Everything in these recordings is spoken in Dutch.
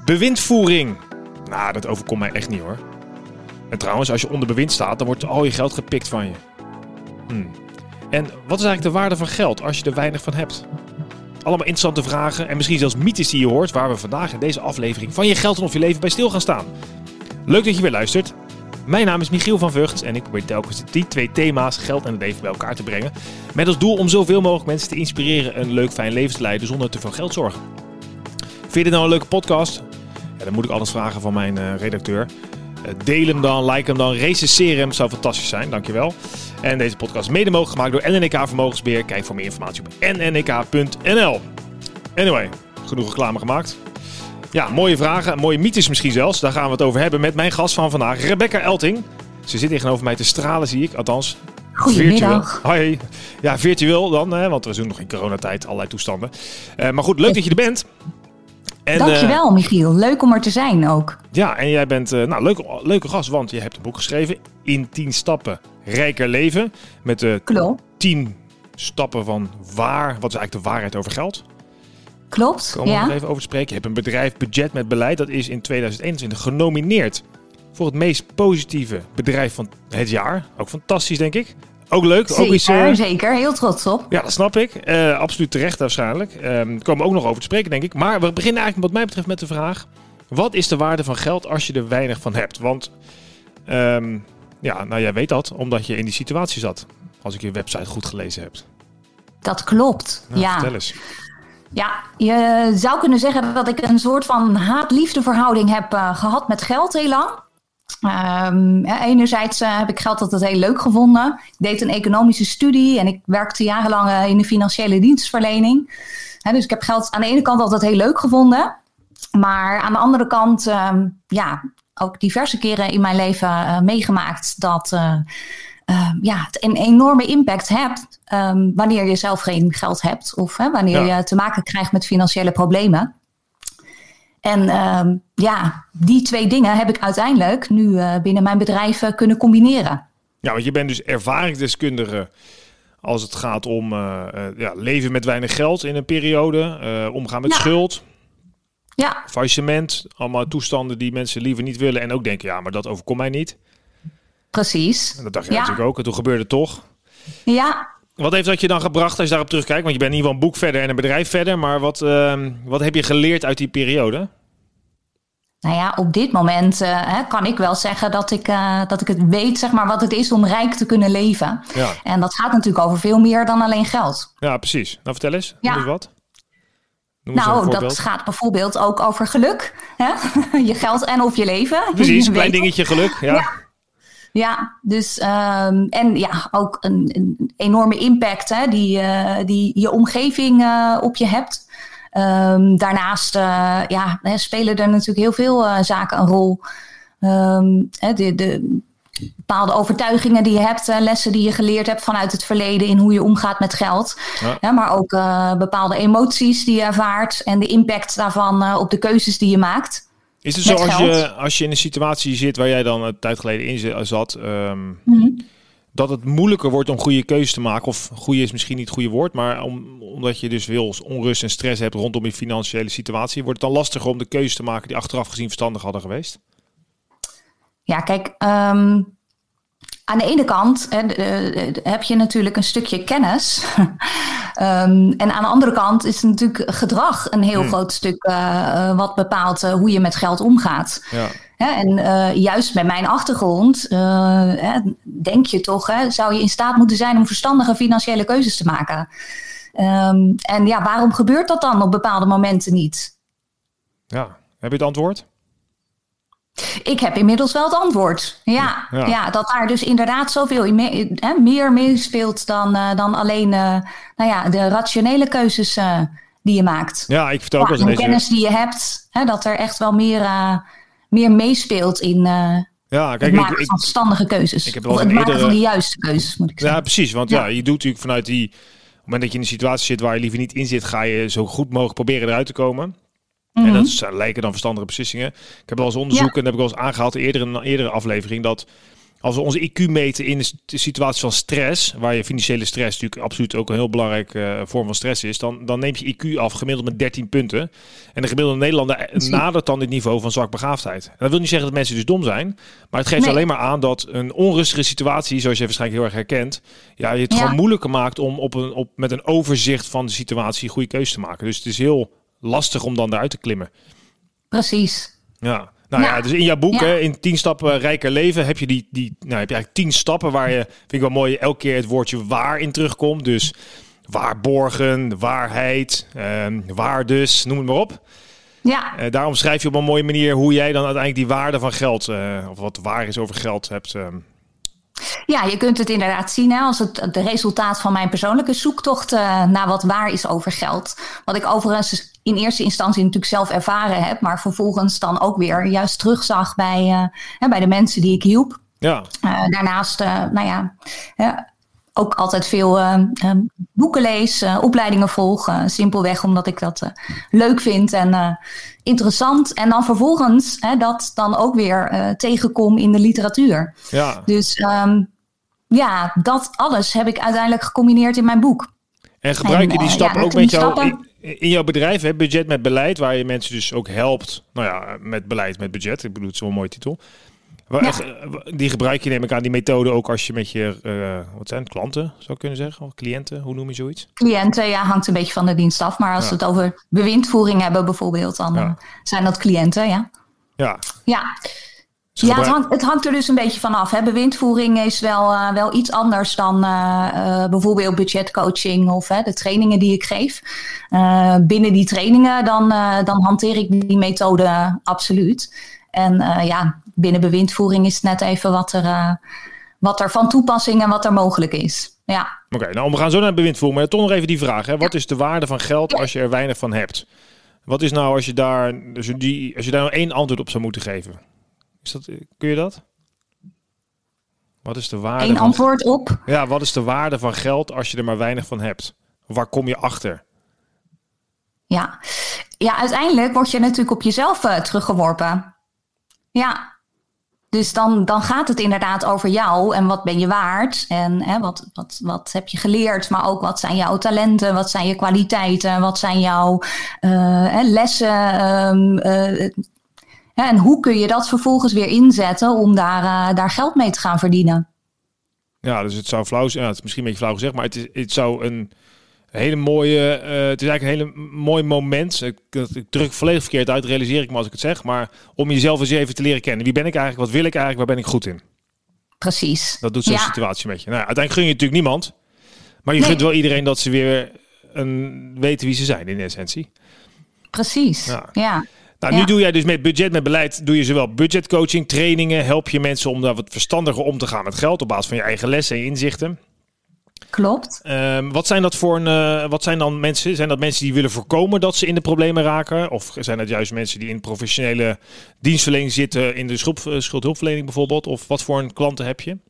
Bewindvoering. Nou, dat overkomt mij echt niet hoor. En trouwens, als je onder bewind staat, dan wordt al je geld gepikt van je. En wat is eigenlijk de waarde van geld als je er weinig van hebt? Allemaal interessante vragen en misschien zelfs mythes die je hoort, waar we vandaag in deze aflevering van Je Geld en Of Je Leven bij stil gaan staan. Leuk dat je weer luistert. Mijn naam is Michiel van Vught en ik probeer telkens die twee thema's, geld en het leven, bij elkaar te brengen. Met als doel om zoveel mogelijk mensen te inspireren een leuk, fijn leven te leiden zonder te veel geld zorgen. Vind je dit nou een leuke podcast? Ja, dan moet ik alles vragen van mijn redacteur. Deel hem dan, like hem dan, recenseer hem. Zou fantastisch zijn, dankjewel. En deze podcast is mede mogelijk gemaakt door NNK Vermogensbeheer. Kijk voor meer informatie op nnk.nl. Anyway, genoeg reclame gemaakt. Ja, mooie vragen, mooie mythes misschien zelfs. Daar gaan we het over hebben met mijn gast van vandaag, Rebecca Elting. Ze zit tegenover mij te stralen, zie ik. Althans, goedemiddag. Hoi. Ja, virtueel dan, hè, want we doen nog in coronatijd allerlei toestanden. Maar goed, leuk dat je er bent. En, dankjewel, Michiel. Leuk om er te zijn ook. Ja, en jij bent leuke gast, want je hebt een boek geschreven. In 10 stappen rijker leven. Met de 10 stappen van wat is eigenlijk de waarheid over geld. Klopt, Komen we nog even over te spreken. Je hebt een bedrijf Budget met Beleid. Dat is in 2021 genomineerd voor het meest positieve bedrijf van het jaar. Ook fantastisch, denk ik. Ook leuk. Zeker. Heel trots op. Ja, dat snap ik. Absoluut terecht waarschijnlijk. Daar komen we ook nog over te spreken, denk ik. Maar we beginnen eigenlijk wat mij betreft met de vraag: wat is de waarde van geld als je er weinig van hebt? Want jij weet dat omdat je in die situatie zat. Als ik je website goed gelezen heb. Dat klopt, nou, vertel eens. Ja, je zou kunnen zeggen dat ik een soort van haat-liefde verhouding heb gehad met geld heel lang. Enerzijds heb ik geld altijd heel leuk gevonden. Ik deed een economische studie en ik werkte jarenlang in de financiële dienstverlening. Dus ik heb geld aan de ene kant altijd heel leuk gevonden. Maar aan de andere kant ook diverse keren in mijn leven meegemaakt dat het een enorme impact hebt wanneer je zelf geen geld hebt. Of wanneer je te maken krijgt met financiële problemen. En die 2 dingen heb ik uiteindelijk nu binnen mijn bedrijf kunnen combineren. Ja, want je bent dus ervaringsdeskundige als het gaat om leven met weinig geld in een periode. Omgaan met schuld. Ja. Faillissement. Allemaal toestanden die mensen liever niet willen. En ook denken, maar dat overkomt mij niet. Precies. En dat dacht je natuurlijk ook. En toen gebeurde het toch. Ja. Wat heeft dat je dan gebracht als je daarop terugkijkt? Want je bent in ieder geval een boek verder en een bedrijf verder. Maar wat heb je geleerd uit die periode? Nou ja, op dit moment kan ik wel zeggen dat ik het weet, zeg maar, wat het is om rijk te kunnen leven. Ja. En dat gaat natuurlijk over veel meer dan alleen geld. Ja, precies. Nou, vertel eens. Ja. Noem eens wat. Dat gaat bijvoorbeeld ook over geluk. Hè? Je geld en of je leven. Precies, een klein dingetje geluk. Ja, dus ook een enorme impact die je omgeving op je hebt. Daarnaast spelen er natuurlijk heel veel zaken een rol. De bepaalde overtuigingen die je hebt, lessen die je geleerd hebt vanuit het verleden in hoe je omgaat met geld. Ja, maar ook bepaalde emoties die je ervaart en de impact daarvan op de keuzes die je maakt. Is het zo als je in een situatie zit waar jij dan een tijd geleden in zat, dat het moeilijker wordt om goede keuzes te maken? Of goede is misschien niet het goede woord, maar omdat je dus veel onrust en stress hebt rondom je financiële situatie, wordt het dan lastiger om de keuzes te maken die achteraf gezien verstandig hadden geweest? Ja, kijk, aan de ene kant heb je natuurlijk een stukje kennis. En aan de andere kant is natuurlijk gedrag een heel groot stuk wat bepaalt hoe je met geld omgaat. Ja. En juist met mijn achtergrond denk je toch, zou je in staat moeten zijn om verstandige financiële keuzes te maken. En waarom gebeurt dat dan op bepaalde momenten niet? Ja, heb je het antwoord? Ik heb inmiddels wel het antwoord. Ja, dat daar dus inderdaad zoveel meer meespeelt dan alleen de rationele keuzes die je maakt. Ja, ik vertel ook wel eens de kennis die je hebt, dat er echt wel meer meespeelt in het maken van verstandige keuzes. Of het maken van de juiste keuzes, moet ik zeggen. Ja, precies. Want je doet natuurlijk vanuit op het moment dat je in een situatie zit waar je liever niet in zit, ga je zo goed mogelijk proberen eruit te komen. En dat lijken dan verstandige beslissingen. Ik heb wel eens onderzoeken en dat heb ik wel eens aangehaald in een eerdere aflevering, dat Als we onze IQ meten in de situatie van stress, waar je financiële stress natuurlijk absoluut ook een heel belangrijke vorm van stress is, dan neemt je IQ af gemiddeld met 13 punten. En de gemiddelde Nederlander nadert dan dit niveau van zwakbegaafdheid. En dat wil niet zeggen dat mensen dus dom zijn, maar het geeft alleen maar aan dat een onrustige situatie, zoals je waarschijnlijk heel erg herkent, je het gewoon moeilijker maakt om met een overzicht van de situatie goede keuzes te maken. Dus het is heel lastig om dan daaruit te klimmen. Precies. Ja. Dus in jouw boek, hè, in 10 stappen rijker leven, heb je heb je eigenlijk 10 stappen waar je, vind ik wel mooi, elke keer het woordje waar in terugkomt. Dus waarborgen, waarheid, waardes, noem het maar op. Ja. Daarom schrijf je op een mooie manier hoe jij dan uiteindelijk die waarde van geld, of wat waar is over geld, hebt. Ja, je kunt het inderdaad zien als het resultaat van mijn persoonlijke zoektocht naar wat waar is over geld. Wat ik overigens in eerste instantie natuurlijk zelf ervaren heb, maar vervolgens dan ook weer juist terugzag bij de mensen die ik hielp. Ja. Daarnaast, ook altijd veel boeken lees, opleidingen volg. Simpelweg omdat ik dat leuk vind en interessant. En dan vervolgens dat dan ook weer tegenkom in de literatuur. Ja. Dus dat alles heb ik uiteindelijk gecombineerd in mijn boek. En gebruik je die stappen ook met jou in jouw bedrijf? Budget met beleid, waar je mensen dus ook helpt. Nou ja, met beleid, met budget. Ik bedoel, het is wel een mooie titel. Die gebruik je, neem ik aan, die methode ook als je met je, wat zijn het, klanten, zou ik kunnen zeggen? Of cliënten, hoe noem je zoiets? Cliënten, hangt een beetje van de dienst af. Maar als we het over bewindvoering hebben bijvoorbeeld, dan zijn dat cliënten, Ja. Het hangt er dus een beetje van af. Bewindvoering is wel iets anders dan bijvoorbeeld budgetcoaching of de trainingen die ik geef. Binnen die trainingen dan hanteer ik die methode absoluut. En binnen bewindvoering is het net even wat er van toepassing en wat er mogelijk is. Ja. Oké, nou we gaan zo naar bewindvoering, maar toch nog even die vraag. Wat is de waarde van geld als je er weinig van hebt? Wat is nou als je daar nou 1 antwoord op zou moeten geven? Kun je dat? Wat is de waarde? 1 antwoord op? Ja, wat is de waarde van geld als je er maar weinig van hebt? Waar kom je achter? Ja, uiteindelijk word je natuurlijk op jezelf teruggeworpen. Ja, dus dan gaat het inderdaad over jou en wat ben je waard en wat heb je geleerd, maar ook wat zijn jouw talenten, wat zijn je kwaliteiten, wat zijn jouw lessen. En hoe kun je dat vervolgens weer inzetten om daar geld mee te gaan verdienen? Ja, dus het zou flauw zijn. Ja, het is misschien een beetje flauw gezegd, maar het zou een hele mooie. Het is eigenlijk een hele mooi moment. Ik druk volledig verkeerd uit, realiseer ik me als ik het zeg. Maar om jezelf eens even te leren kennen. Wie ben ik eigenlijk? Wat wil ik eigenlijk? Waar ben ik goed in? Precies. Dat doet zo'n situatie met je. Nou, uiteindelijk gun je natuurlijk niemand. Maar je gunt wel iedereen dat ze weer weten wie ze zijn in essentie. Precies. Ja. Nou, nu doe jij dus met beleid, doe je zowel budgetcoaching, trainingen, help je mensen om daar wat verstandiger om te gaan met geld op basis van je eigen lessen en inzichten. Klopt. Wat zijn dan mensen? Zijn dat mensen die willen voorkomen dat ze in de problemen raken? Of zijn dat juist mensen die in professionele dienstverlening zitten, in de schuldhulpverlening bijvoorbeeld? Of wat voor een klanten heb je?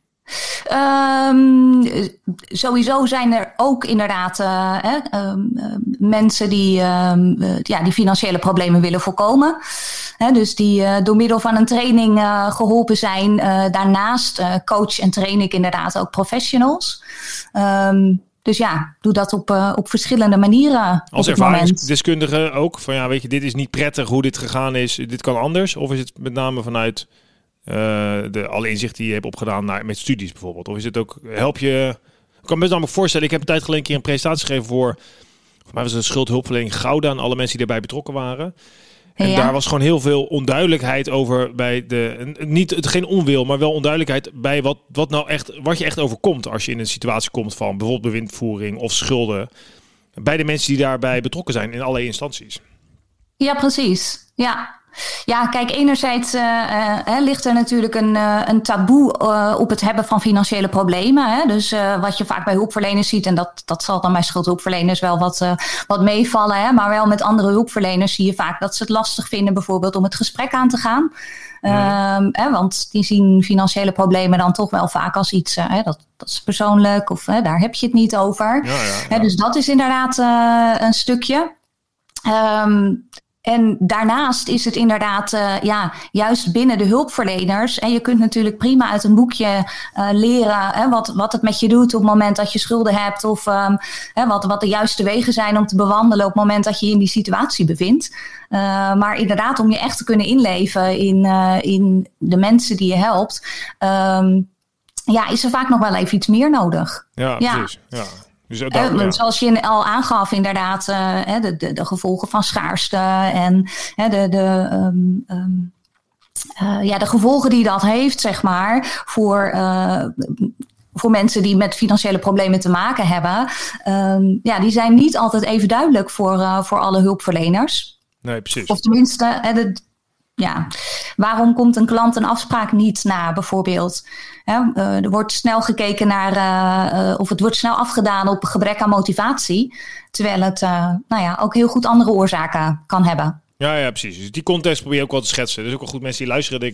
Sowieso zijn er ook inderdaad mensen die financiële problemen willen voorkomen. Dus die door middel van een training geholpen zijn. Daarnaast coach en train ik inderdaad ook professionals. Dus doe dat op verschillende manieren. Als ervaringsdeskundige ook? Van weet je, dit is niet prettig hoe dit gegaan is. Dit kan anders? Of is het met name vanuit alle inzichten die je hebt opgedaan met studies bijvoorbeeld? Of is het ook, help je... Ik kan me namelijk voorstellen, ik heb een tijd geleden een keer een presentatie gegeven voor mij was het een schuldhulpverlening Gouda en alle mensen die daarbij betrokken waren. En daar was gewoon heel veel onduidelijkheid over bij geen onwil, maar wel onduidelijkheid bij wat je echt overkomt als je in een situatie komt van bijvoorbeeld bewindvoering of schulden. Bij de mensen die daarbij betrokken zijn in allerlei instanties. Ja, precies. Ja, kijk, enerzijds ligt er natuurlijk een taboe op het hebben van financiële problemen. Dus wat je vaak bij hulpverleners ziet, en dat zal dan bij schuldhulpverleners wel wat meevallen. Maar wel met andere hulpverleners zie je vaak dat ze het lastig vinden bijvoorbeeld om het gesprek aan te gaan. Want die zien financiële problemen dan toch wel vaak als iets, dat is persoonlijk of daar heb je het niet over. Ja. Dus dat is inderdaad een stukje. En daarnaast is het inderdaad juist binnen de hulpverleners. En je kunt natuurlijk prima uit een boekje leren wat het met je doet op het moment dat je schulden hebt. Of wat de juiste wegen zijn om te bewandelen op het moment dat je je in die situatie bevindt. Maar inderdaad, om je echt te kunnen inleven in de mensen die je helpt. Is er vaak nog wel even iets meer nodig. Ja, precies. Ja. Dus zoals je al aangaf, inderdaad, de gevolgen van schaarste en de gevolgen die dat heeft, zeg maar, voor mensen die met financiële problemen te maken hebben. Die zijn niet altijd even duidelijk voor alle hulpverleners. Nee, precies. Of tenminste, waarom komt een klant een afspraak niet na, bijvoorbeeld? Er wordt snel gekeken naar, of het wordt snel afgedaan op een gebrek aan motivatie. Terwijl het ook heel goed andere oorzaken kan hebben. Ja, precies. Dus die context probeer je ook wel te schetsen. Dus ook wel goed mensen die luisteren.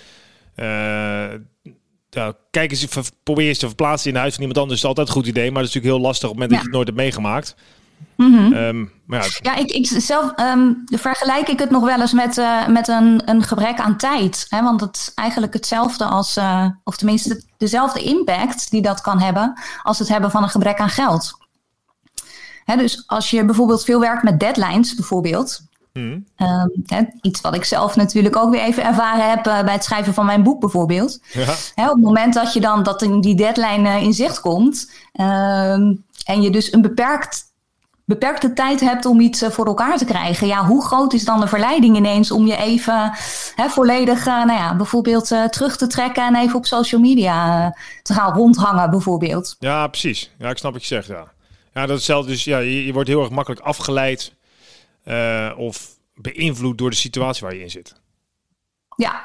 Kijk eens, probeer eens te verplaatsen in de huid van iemand anders. Dat is altijd een goed idee. Maar dat is natuurlijk heel lastig op het moment dat je het nooit hebt meegemaakt. Mm-hmm. Ik zelf vergelijk ik het nog wel eens met een gebrek aan tijd. Hè? Want het is eigenlijk hetzelfde als, of tenminste dezelfde impact die dat kan hebben als het hebben van een gebrek aan geld. Hè, dus als je bijvoorbeeld veel werkt met deadlines bijvoorbeeld. Iets wat ik zelf natuurlijk ook weer even ervaren heb bij het schrijven van mijn boek bijvoorbeeld. Ja. Op het moment dat je dan die deadline in zicht komt en je dus een beperkte tijd hebt om iets voor elkaar te krijgen. Ja, hoe groot is dan de verleiding ineens om je even volledig bijvoorbeeld terug te trekken en even op social media te gaan rondhangen bijvoorbeeld. Ja, precies. Ja, ik snap wat je zegt, ja. Ja, dat is hetzelfde. Dus ja, je wordt heel erg makkelijk afgeleid of beïnvloed door de situatie waar je in zit. Ja.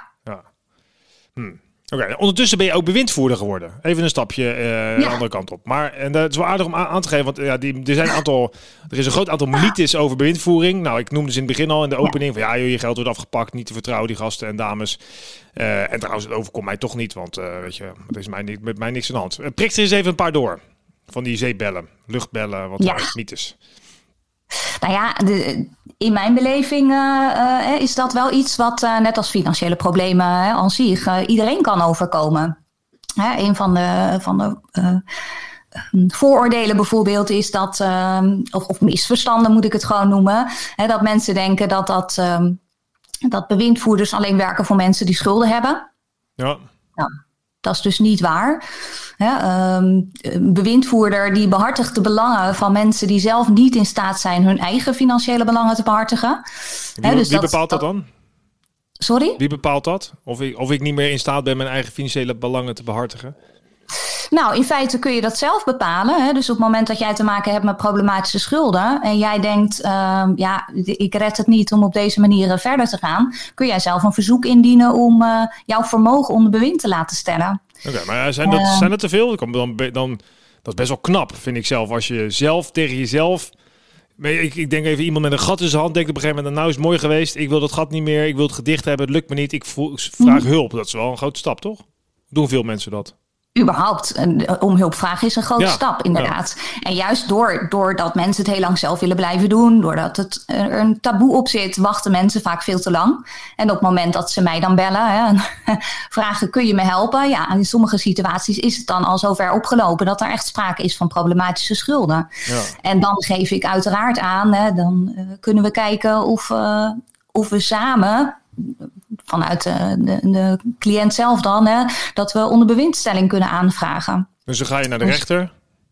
Oké, ondertussen ben je ook bewindvoerder geworden. Even een stapje de andere kant op. En dat is wel aardig om aan te geven, want er is een groot aantal mythes over bewindvoering. Nou, ik noemde ze in het begin al in de opening van je geld wordt afgepakt, niet te vertrouwen, die gasten en dames. En trouwens, het overkomt mij toch niet, want er is met mij niks aan de hand. Prik er eens even een paar door van die zeebellen, luchtbellen, mythes. Nou ja, in mijn beleving is dat wel iets wat net als financiële problemen aan zich iedereen kan overkomen. Een van de vooroordelen bijvoorbeeld is dat, of misverstanden moet ik het gewoon noemen, dat mensen denken dat bewindvoerders alleen werken voor mensen die schulden hebben. Ja. Nou, dat is dus niet waar. Een bewindvoerder die behartigt de belangen van mensen die zelf niet in staat zijn hun eigen financiële belangen te behartigen. Wie bepaalt dat dan? Sorry? Wie bepaalt dat? Of ik niet meer in staat ben mijn eigen financiële belangen te behartigen? Nou, in feite kun je dat zelf bepalen. Dus op het moment dat jij te maken hebt met problematische schulden en jij denkt, ik red het niet om op deze manier verder te gaan, kun jij zelf een verzoek indienen om jouw vermogen onder bewind te laten stellen. Oké, maar zijn dat te veel? Dan, dat is best wel knap, vind ik zelf. Als je zelf tegen jezelf... Ik denk even, iemand met een gat in zijn hand denkt op een gegeven moment, nou is het mooi geweest, ik wil dat gat niet meer, ik wil het gedicht hebben, het lukt me niet, ik vraag hulp. Dat is wel een grote stap, toch? Doen veel mensen dat? Überhaupt, om hulp vragen is een grote stap, inderdaad. Ja. En juist doordat mensen het heel lang zelf willen blijven doen, doordat er een taboe op zit, wachten mensen vaak veel te lang. En op het moment dat ze mij dan bellen, vragen, kun je me helpen? Ja, in sommige situaties is het dan al zover opgelopen dat er echt sprake is van problematische schulden. Ja. En dan geef ik uiteraard aan, dan kunnen we kijken of we samen, vanuit de cliënt zelf dan, dat we onder bewindstelling kunnen aanvragen. Dus dan ga je naar de rechter?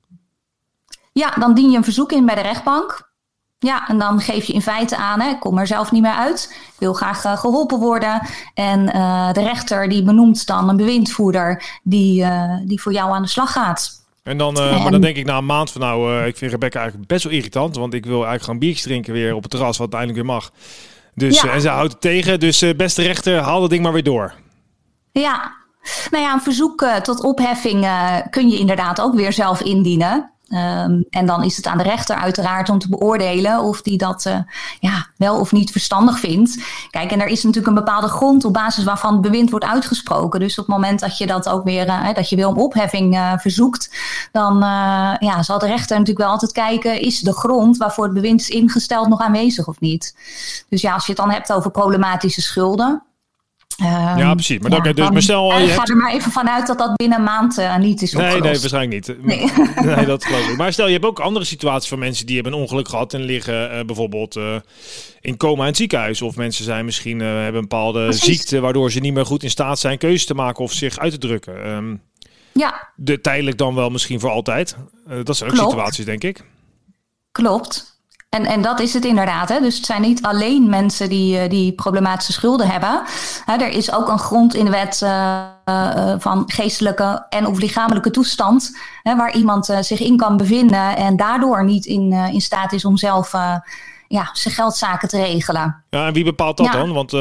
Ja, dan dien je een verzoek in bij de rechtbank. Ja, en dan geef je in feite aan, ik kom er zelf niet meer uit. Ik wil graag geholpen worden. En de rechter die benoemt dan een bewindvoerder die voor jou aan de slag gaat. En dan, maar dan denk ik na een maand van ik vind Rebecca eigenlijk best wel irritant. Want ik wil eigenlijk gewoon biertjes drinken weer op het terras, wat uiteindelijk weer mag. Dus, en ze houdt het tegen. Dus beste rechter, haal dat ding maar weer door. Ja, nou ja, een verzoek tot opheffing kun je inderdaad ook weer zelf indienen. En dan is het aan de rechter uiteraard om te beoordelen of die dat wel of niet verstandig vindt. Kijk, en er is natuurlijk een bepaalde grond op basis waarvan het bewind wordt uitgesproken. Dus op het moment dat je dat ook weer, dat je weer om opheffing verzoekt, dan zal de rechter natuurlijk wel altijd kijken, is de grond waarvoor het bewind is ingesteld nog aanwezig of niet? Dus ja, als je het dan hebt over problematische schulden. Ja, precies. Maar, maar stel, ga er maar even vanuit dat dat binnen een maand niet is opgelost. Nee, waarschijnlijk niet. Nee, dat geloof ik. Maar stel, je hebt ook andere situaties van mensen die hebben een ongeluk gehad en liggen bijvoorbeeld in coma in het ziekenhuis. Of mensen zijn misschien hebben een bepaalde ziekte waardoor ze niet meer goed in staat zijn keuzes te maken of zich uit te drukken. Tijdelijk dan wel misschien voor altijd. Dat zijn ook situaties, denk ik. Klopt. En dat is het inderdaad. Hè? Dus het zijn niet alleen mensen die problematische schulden hebben. Er is ook een grond in de wet van geestelijke en of lichamelijke toestand, waar iemand zich in kan bevinden en daardoor niet in staat is om zelf zijn geldzaken te regelen. Ja, en wie bepaalt dat dan? Want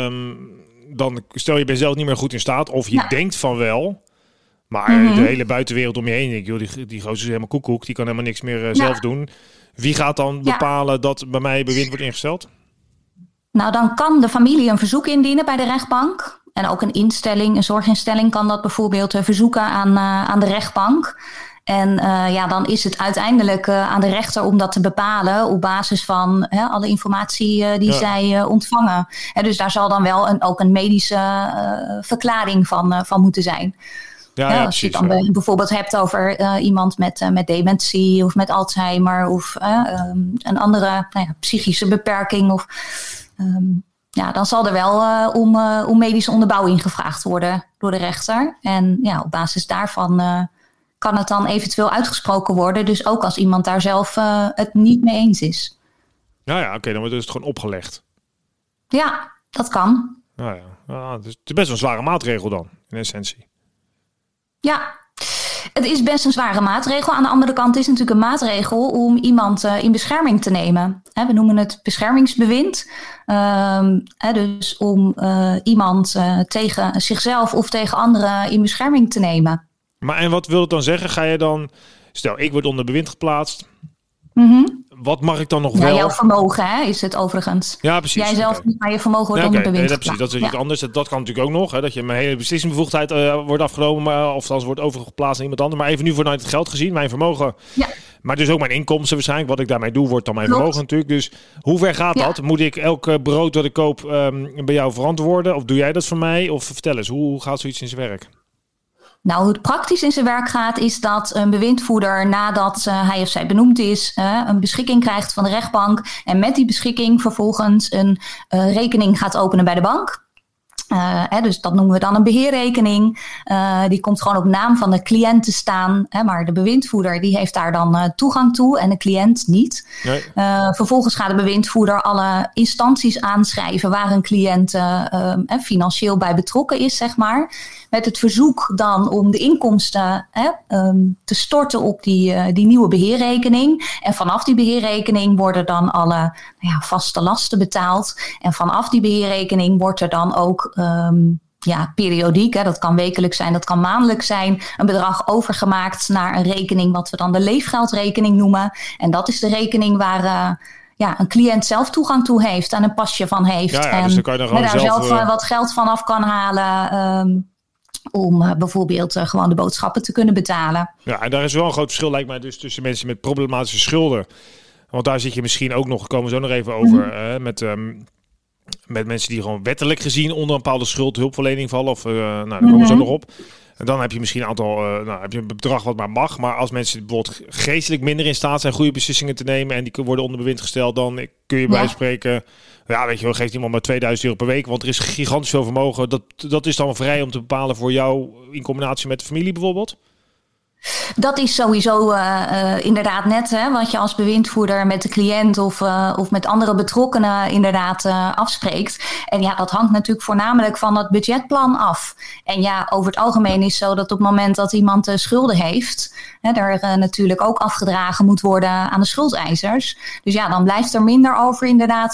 dan stel je bent zelf niet meer goed in staat of je denkt van wel. Maar de hele buitenwereld om je heen, denk ik, die gozer is helemaal koekoek, die kan helemaal niks meer zelf doen. Wie gaat dan bepalen dat bij mij bewind wordt ingesteld? Nou, dan kan de familie een verzoek indienen bij de rechtbank. En ook een zorginstelling kan dat bijvoorbeeld verzoeken aan de rechtbank. En dan is het uiteindelijk aan de rechter om dat te bepalen op basis van alle informatie die zij ontvangen. Dus daar zal dan wel ook een medische verklaring van moeten zijn. Als je het dan bijvoorbeeld hebt over iemand met dementie of met Alzheimer of een andere psychische beperking. Dan zal er wel om medische onderbouwing gevraagd worden door de rechter. En op basis daarvan kan het dan eventueel uitgesproken worden. Dus ook als iemand daar zelf het niet mee eens is. Oké, dan wordt het gewoon opgelegd. Ja, dat kan. Het is best wel een zware maatregel dan, in essentie. Ja, het is best een zware maatregel. Aan de andere kant is het natuurlijk een maatregel om iemand in bescherming te nemen. We noemen het beschermingsbewind. Dus om iemand tegen zichzelf of tegen anderen in bescherming te nemen. Maar en wat wil het dan zeggen? Ga je dan, stel ik word onder bewind geplaatst. Wat mag ik dan nog wel? Jouw vermogen is het overigens. Ja, precies. Jij zelf niet, maar je vermogen wordt onder bewind geplaatst. Dat is iets anders. Dat kan natuurlijk ook nog. Dat je mijn hele beslissingsbevoegdheid wordt afgenomen. Of als wordt overgeplaatst aan iemand anders. Maar even nu vanuit het geld gezien. Mijn vermogen. Ja. Maar dus ook mijn inkomsten waarschijnlijk. Wat ik daarmee doe, wordt dan mijn vermogen natuurlijk. Dus hoe ver gaat dat? Moet ik elk brood dat ik koop bij jou verantwoorden? Of doe jij dat voor mij? Of vertel eens, hoe gaat zoiets in zijn werk? Nou, hoe het praktisch in zijn werk gaat, is dat een bewindvoerder nadat hij of zij benoemd is, een beschikking krijgt van de rechtbank en met die beschikking vervolgens een rekening gaat openen bij de bank. Dus dat noemen we dan een beheerrekening. Die komt gewoon op naam van de cliënt te staan. Maar de bewindvoerder die heeft daar dan toegang toe en de cliënt niet. Nee. Vervolgens gaat de bewindvoerder alle instanties aanschrijven waar een cliënt financieel bij betrokken is, zeg maar. Met het verzoek dan om de inkomsten te storten op die nieuwe beheerrekening. En vanaf die beheerrekening worden dan alle vaste lasten betaald. En vanaf die beheerrekening wordt er dan ook periodiek, dat kan wekelijks zijn, dat kan maandelijks zijn, een bedrag overgemaakt naar een rekening wat we dan de leefgeldrekening noemen. En dat is de rekening waar een cliënt zelf toegang toe heeft en een pasje van heeft. En dus dan kan je dan daar zelf wat geld van af kan halen. Om bijvoorbeeld gewoon de boodschappen te kunnen betalen. Ja, en daar is wel een groot verschil, lijkt mij, dus tussen mensen met problematische schulden. Want daar zit je misschien ook nog, komen we zo nog even over, met mensen die gewoon wettelijk gezien onder een bepaalde schuldhulpverlening vallen. Of daar komen we zo nog op. En dan heb je misschien een aantal, heb je een bedrag wat maar mag. Maar als mensen bijvoorbeeld geestelijk minder in staat zijn goede beslissingen te nemen en die worden onder bewind gesteld, dan kun je bij spreken, weet je wel, geeft iemand maar €2000 per week, want er is gigantisch veel vermogen. Dat is dan vrij om te bepalen voor jou in combinatie met de familie bijvoorbeeld? Dat is sowieso inderdaad net wat je als bewindvoerder met de cliënt of met andere betrokkenen inderdaad afspreekt. En dat hangt natuurlijk voornamelijk van het budgetplan af. En over het algemeen is zo dat op het moment dat iemand schulden heeft, er natuurlijk ook afgedragen moet worden aan de schuldeisers. Dus dan blijft er minder over inderdaad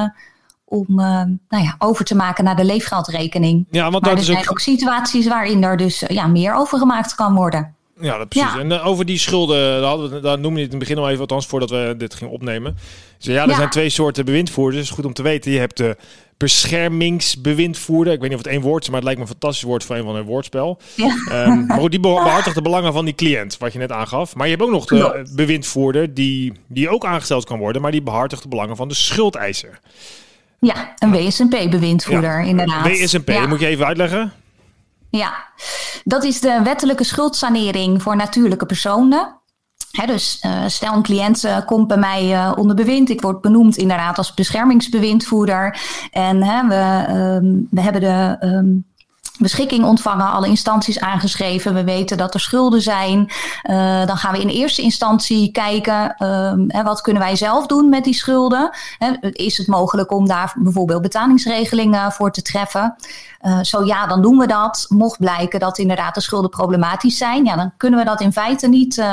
om over te maken naar de leefgeldrekening. Ja, want maar er zijn ook situaties waarin er dus meer overgemaakt kan worden. Ja, precies. Ja. En over die schulden, daar noemde je het in het begin al even, althans voordat we dit gingen opnemen. Dus er zijn 2 soorten bewindvoerders. Het is goed om te weten. Je hebt de beschermingsbewindvoerder. Ik weet niet of het 1 woord is, maar het lijkt me een fantastisch woord voor een van een woordspel. Ja. Maar goed, die behartigt de belangen van die cliënt, wat je net aangaf. Maar je hebt ook nog de bewindvoerder die ook aangesteld kan worden, maar die behartigt de belangen van de schuldeiser. Ja, een WSNP-bewindvoerder, inderdaad. WSNP, dat moet je even uitleggen. Ja, dat is de wettelijke schuldsanering voor natuurlijke personen. Dus stel een cliënt komt bij mij onder bewind. Ik word benoemd inderdaad als beschermingsbewindvoerder. En we hebben de beschikking ontvangen, alle instanties aangeschreven. We weten dat er schulden zijn. Dan gaan we in eerste instantie kijken, wat kunnen wij zelf doen met die schulden? Is het mogelijk om daar bijvoorbeeld betalingsregelingen voor te treffen? Zo ja, dan doen we dat. Mocht blijken dat inderdaad de schulden problematisch zijn, ja, dan kunnen we dat in feite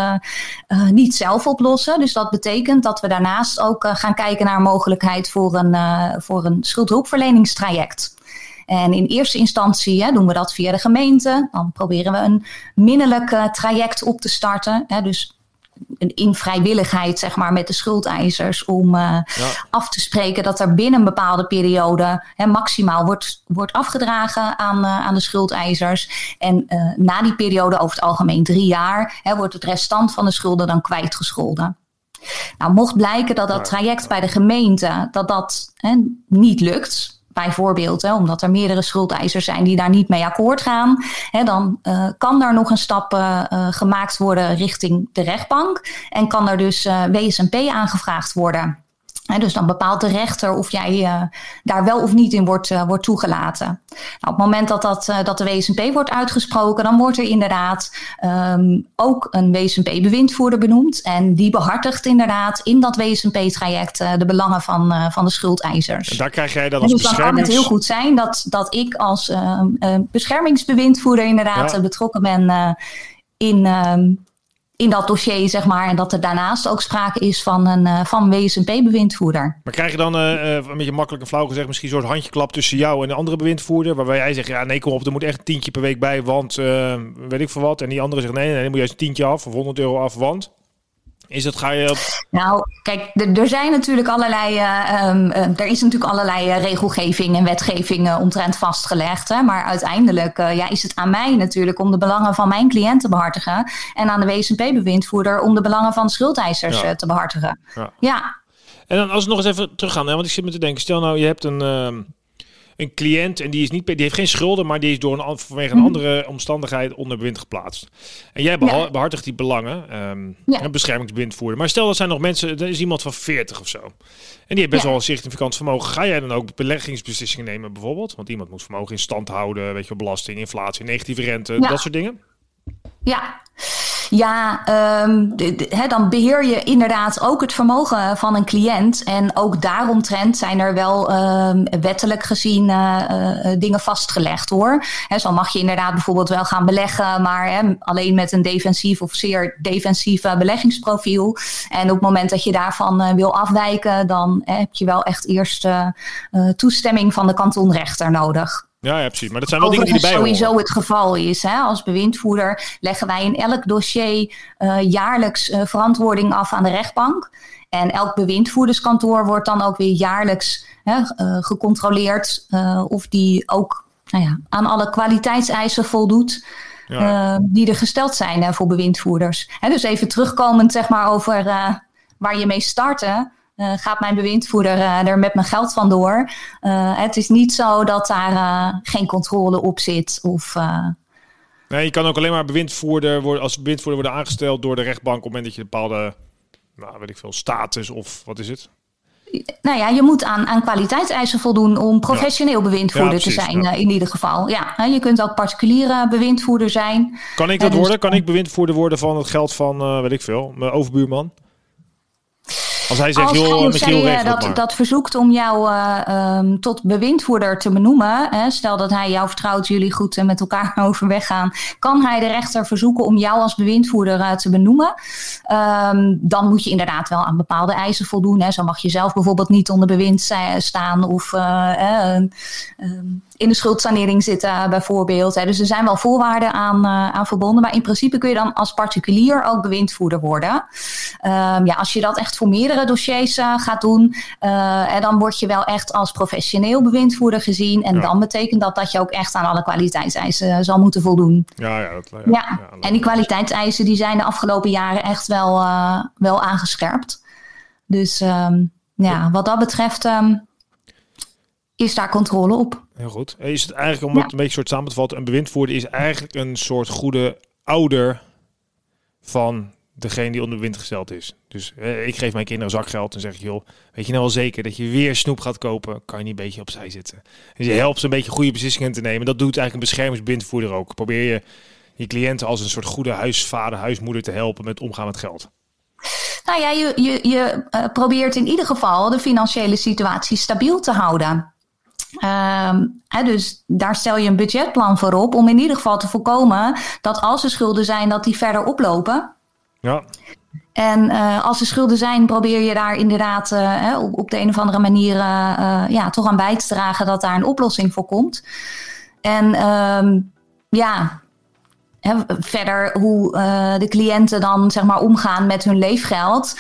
niet zelf oplossen. Dus dat betekent dat we daarnaast ook gaan kijken naar een mogelijkheid voor een schuldhulpverleningstraject. En in eerste instantie doen we dat via de gemeente. Dan proberen we een minnelijk traject op te starten. Dus in vrijwilligheid, zeg maar, met de schuldeisers om af te spreken dat er binnen een bepaalde periode maximaal wordt afgedragen aan de schuldeisers. En na die periode, over het algemeen 3 jaar, wordt het restant van de schulden dan kwijtgescholden. Nou, mocht blijken dat traject bij de gemeente dat niet lukt, bijvoorbeeld, omdat er meerdere schuldeisers zijn die daar niet mee akkoord gaan, dan kan er nog een stap gemaakt worden richting de rechtbank en kan er dus WSNP aangevraagd worden. Dus dan bepaalt de rechter of jij daar wel of niet in wordt toegelaten. Nou, op het moment dat de WSNP wordt uitgesproken, dan wordt er inderdaad ook een WSNP-bewindvoerder benoemd. En die behartigt inderdaad in dat WSNP-traject de belangen van de schuldeisers. En daar krijg jij dan als dus dan kan het heel goed zijn dat ik als beschermingsbewindvoerder inderdaad betrokken ben in dat dossier, zeg maar. En dat er daarnaast ook sprake is van een WSNP-bewindvoerder. Maar krijg je dan, een beetje makkelijk en flauw gezegd, misschien een soort handjeklap tussen jou en de andere bewindvoerder, waarbij jij zegt, ja, nee, kom op, er moet echt een tientje per week bij, want weet ik veel wat. En die andere zegt, nee, dan moet je juist een tientje af of €100 af, want... Ga je op... Nou, kijk, er zijn natuurlijk allerlei regelgeving en wetgeving omtrent vastgelegd. Hè? Maar uiteindelijk is het aan mij natuurlijk om de belangen van mijn cliënt te behartigen. En aan de WSNP-bewindvoerder om de belangen van de schuldeisers te behartigen. Ja. En dan als we nog eens even teruggaan, want ik zit me te denken, stel nou, je hebt een cliënt en die heeft geen schulden, maar die is vanwege een andere omstandigheid onder bewind geplaatst. En jij behartigt die belangen, een beschermingsbewindvoerder. Maar stel dat zijn nog mensen, er is iemand van 40 of zo. En die heeft best wel een significant vermogen. Ga jij dan ook beleggingsbeslissingen nemen bijvoorbeeld? Want iemand moet vermogen in stand houden, weet je, belasting, inflatie, negatieve rente, dat soort dingen. Ja, dan beheer je inderdaad ook het vermogen van een cliënt. En ook daaromtrent zijn er wel wettelijk gezien dingen vastgelegd, hoor. Zo mag je inderdaad bijvoorbeeld wel gaan beleggen, maar alleen met een defensief of zeer defensief beleggingsprofiel. En op het moment dat je daarvan wil afwijken, dan heb je wel echt eerst toestemming van de kantonrechter nodig. Ja, precies. Maar dat zijn wel dingen die erbij horen. Sowieso het geval is. Hè? Als bewindvoerder leggen wij in elk dossier jaarlijks verantwoording af aan de rechtbank. En elk bewindvoerderskantoor wordt dan ook weer jaarlijks gecontroleerd of die ook aan alle kwaliteitseisen voldoet. Die er gesteld zijn voor bewindvoerders. Dus even terugkomend, zeg maar, over waar je mee startte. Gaat mijn bewindvoerder er met mijn geld vandoor. Het is niet zo dat daar geen controle op zit. Nee, je kan ook alleen maar bewindvoerder worden aangesteld door de rechtbank op het moment dat je een bepaalde, status of wat is het? Nou ja, je moet aan kwaliteitseisen voldoen om professioneel bewindvoerder te zijn, in ieder geval. Ja, je kunt ook particuliere bewindvoerder zijn. Kan ik dat worden? Kan ik bewindvoerder worden van het geld van, mijn overbuurman? Als hij zegt, Als joh, hij of Michiel, zij regel het maar. dat verzoekt om jou tot bewindvoerder te benoemen, stel dat hij jou vertrouwt, jullie goed met elkaar overweg gaan, kan hij de rechter verzoeken om jou als bewindvoerder te benoemen. Dan moet je inderdaad wel aan bepaalde eisen voldoen. Hè. Zo mag je zelf bijvoorbeeld niet onder bewind staan of in de schuldsanering zitten bijvoorbeeld. Hè. Dus er zijn wel voorwaarden aan verbonden. Maar in principe kun je dan als particulier ook bewindvoerder worden. Als je dat echt voor meerdere dossiers gaat doen, dan word je wel echt als professioneel bewindvoerder gezien. En dan betekent dat je ook echt aan alle kwaliteitseisen zal moeten voldoen. En die kwaliteitseisen die zijn de afgelopen jaren echt wel aangescherpt. Dus wat dat betreft is daar controle op. Heel goed. Is het eigenlijk, om het een beetje soort samen te vatten, een bewindvoerder is eigenlijk een soort goede ouder van degene die onder bewind gesteld is. Dus ik geef mijn kinderen zakgeld en zeg ik, joh, weet je nou wel zeker dat je weer snoep gaat kopen? Kan je niet een beetje opzij zitten? Dus je helpt ze een beetje goede beslissingen te nemen. Dat doet eigenlijk een beschermingsbewindvoerder ook. Probeer je cliënten als een soort goede huisvader, huismoeder te helpen met omgaan met geld. Nou ja, je probeert in ieder geval de financiële situatie stabiel te houden. Dus daar stel je een budgetplan voor op om in ieder geval te voorkomen dat als er schulden zijn, dat die verder oplopen. Ja. En als er schulden zijn, probeer je daar inderdaad op de een of andere manier toch aan bij te dragen dat daar een oplossing voor komt. En verder hoe de cliënten dan zeg maar omgaan met hun leefgeld.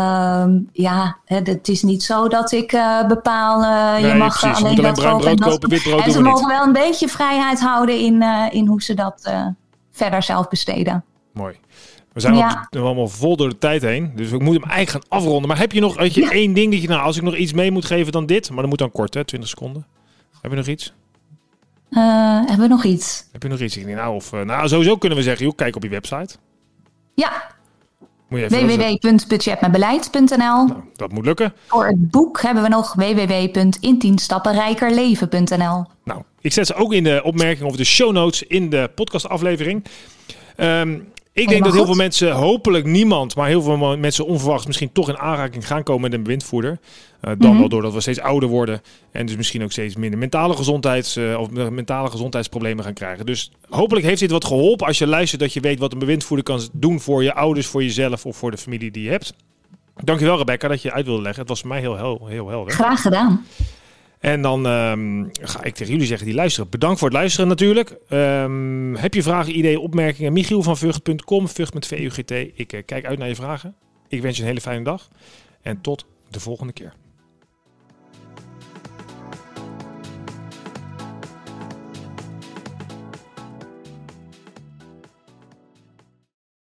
Het is niet zo dat ik bepaal, je mag precies. alleen dat bruin brood kopen, wit brood en ze doen we mogen niet. wel een beetje vrijheid houden in hoe ze dat verder zelf besteden. Mooi. We zijn allemaal vol door de tijd heen. Dus we moeten hem eigenlijk gaan afronden. Maar heb je nog één ding dat je, als ik nog iets mee moet geven dan dit. Maar dat moet dan kort, hè? 20 seconden. Heb je nog iets? Hebben we nog iets? Heb je nog iets? Sowieso kunnen we zeggen, joh, kijk op je website. Ja. www.budgetmetbeleid.nl. Nou, dat moet lukken. Voor het boek hebben we nog www.in10stappenrijkerleven.nl. Nou, ik zet ze ook in de opmerking of de show notes in de podcastaflevering. Ik denk dat heel veel mensen, hopelijk niemand, maar heel veel mensen onverwachts misschien toch in aanraking gaan komen met een bewindvoerder. Dan wel doordat we steeds ouder worden en dus misschien ook steeds minder mentale gezondheidsproblemen gaan krijgen. Dus hopelijk heeft dit wat geholpen als je luistert dat je weet wat een bewindvoerder kan doen voor je ouders, voor jezelf of voor de familie die je hebt. Dankjewel Rebecca dat je uit wilde leggen. Het was voor mij heel helder. Graag gedaan. En dan ga ik tegen jullie zeggen die luisteren. Bedankt voor het luisteren natuurlijk. Heb je vragen, ideeën, opmerkingen? Michiel van Vught.com, Vught met VUGT. Ik kijk uit naar je vragen. Ik wens je een hele fijne dag. En tot de volgende keer.